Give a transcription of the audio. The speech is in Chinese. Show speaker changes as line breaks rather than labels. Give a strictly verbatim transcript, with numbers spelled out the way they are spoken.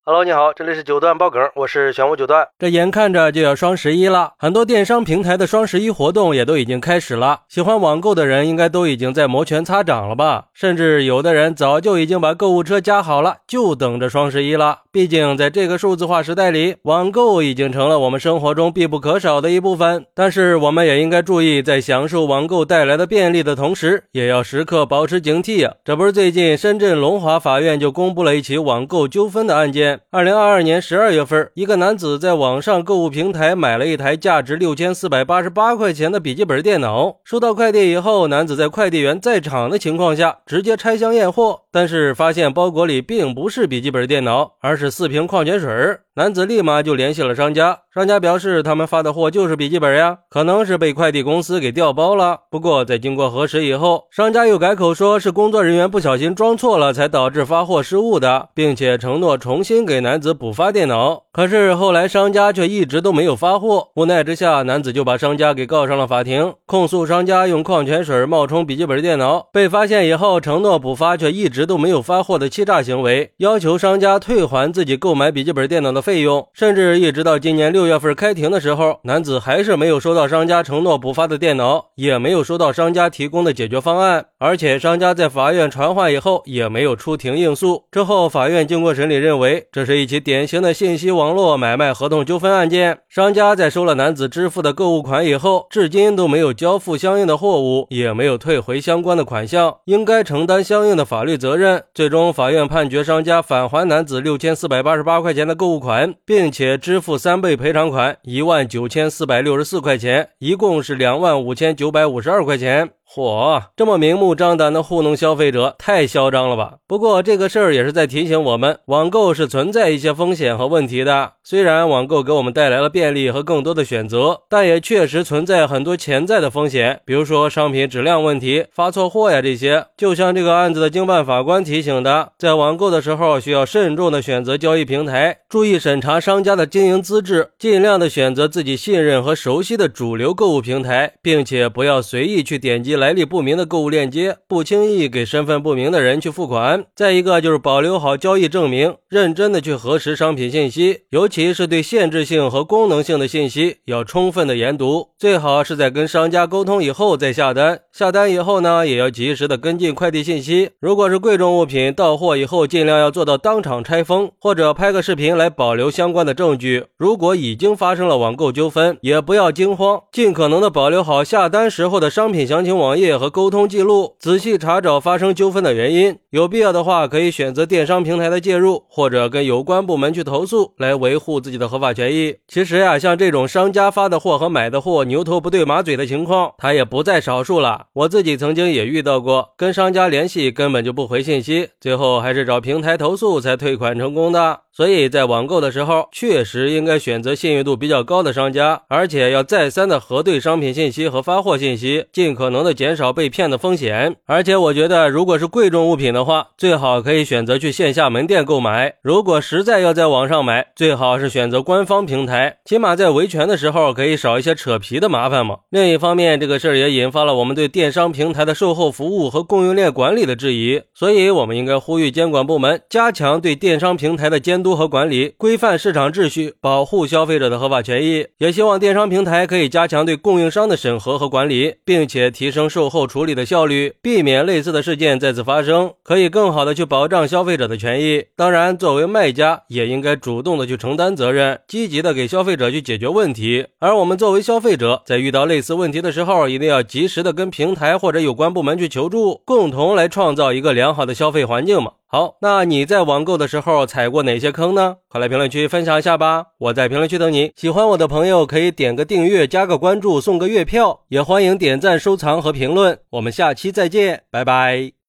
Hello， 你好，这里是九段爆梗，我是玄武九段。这眼看着就要双十一了，很多电商平台的双十一活动也都已经开始了。喜欢网购的人应该都已经在摩拳擦掌了吧？甚至有的人早就已经把购物车加好了，就等着双十一了。毕竟在这个数字化时代里，网购已经成了我们生活中必不可少的一部分。但是我们也应该注意，在享受网购带来的便利的同时，也要时刻保持警惕啊！这不是最近深圳龙华法院就公布了一起网购纠纷的案件。二零二二年十二月份，一个男子在网上购物平台买了一台价值六千四百八十八块钱的笔记本电脑。收到快递以后，男子在快递员在场的情况下直接拆箱验货，但是发现包裹里并不是笔记本电脑，而是四瓶矿泉水。男子立马就联系了商家，商家表示他们发的货就是笔记本呀，可能是被快递公司给调包了。不过在经过核实以后，商家又改口说是工作人员不小心装错了才导致发货失误的，并且承诺重新给男子补发电脑。可是后来商家却一直都没有发货，无奈之下，男子就把商家给告上了法庭，控诉商家用矿泉水冒充笔记本电脑，被发现以后承诺补发却一直都没有发货的欺诈行为，要求商家退还自己购买笔记本电脑的费用。甚至一直到今年六月份开庭的时候，男子还是没有收到商家承诺补发的电脑，也没有收到商家提供的解决方案，而且商家在法院传唤以后也没有出庭应诉。之后法院经过审理认为，这是一起典型的信息网络买卖合同纠纷案件。商家在收了男子支付的购物款以后，至今都没有交付相应的货物，也没有退回相关的款项，应该承担相应的法律责任。最终法院判决商家返还男子六千四百八十八块钱的购物款，并且支付三倍赔偿款一万九千四百六十四块钱，一共是两万五千九百五十二块钱。嚯，这么明目张胆的糊弄消费者，太嚣张了吧！不过这个事儿也是在提醒我们，网购是存在一些风险和问题的。虽然网购给我们带来了便利和更多的选择，但也确实存在很多潜在的风险，比如说商品质量问题、发错货呀这些。就像这个案子的经办法官提醒的，在网购的时候需要慎重的选择交易平台，注意审查商家的经营资质，尽量的选择自己信任和熟悉的主流购物平台，并且不要随意去点击来历不明的购物链接，不轻易给身份不明的人去付款。再一个就是保留好交易证明，认真的去核实商品信息，尤其是对限制性和功能性的信息要充分的研读，最好是在跟商家沟通以后再下单。下单以后呢，也要及时的跟进快递信息。如果是贵重物品到货以后，尽量要做到当场拆封，或者拍个视频来保留相关的证据。如果已经发生了网购纠纷，也不要惊慌，尽可能的保留好下单时候的商品详情网页和沟通记录，仔细查找发生纠纷的原因。有必要的话，可以选择电商平台的介入，或者跟有关部门去投诉，来维护自己的合法权益。其实呀，像这种商家发的货和买的货牛头不对马嘴的情况，它也不在少数了。我自己曾经也遇到过，跟商家联系根本就不回信息，最后还是找平台投诉才退款成功的。所以在网购的时候，确实应该选择信誉度比较高的商家，而且要再三的核对商品信息和发货信息，尽可能的减少被骗的风险。而且我觉得，如果是贵重物品的话，最好可以选择去线下门店购买。如果实在要在网上买，最好是选择官方平台，起码在维权的时候可以少一些扯皮的麻烦嘛。另一方面，这个事儿也引发了我们对电商平台的售后服务和供应链管理的质疑，所以我们应该呼吁监管部门加强对电商平台的监督和管理，规范市场秩序，保护消费者的合法权益。也希望电商平台可以加强对供应商的审核和管理，并且提升售后处理的效率，避免类似的事件再次发生，可以更好的去保障消费者的权益。当然，作为卖家也应该主动的去承担责任，积极的给消费者去解决问题。而我们作为消费者，在遇到类似问题的时候，一定要及时的跟平台或者有关部门去求助，共同来创造一个良好的消费环境嘛。好，那你在网购的时候踩过哪些坑呢？快来评论区分享一下吧，我在评论区等你。喜欢我的朋友可以点个订阅，加个关注，送个月票，也欢迎点赞、收藏和评论。我们下期再见，拜拜。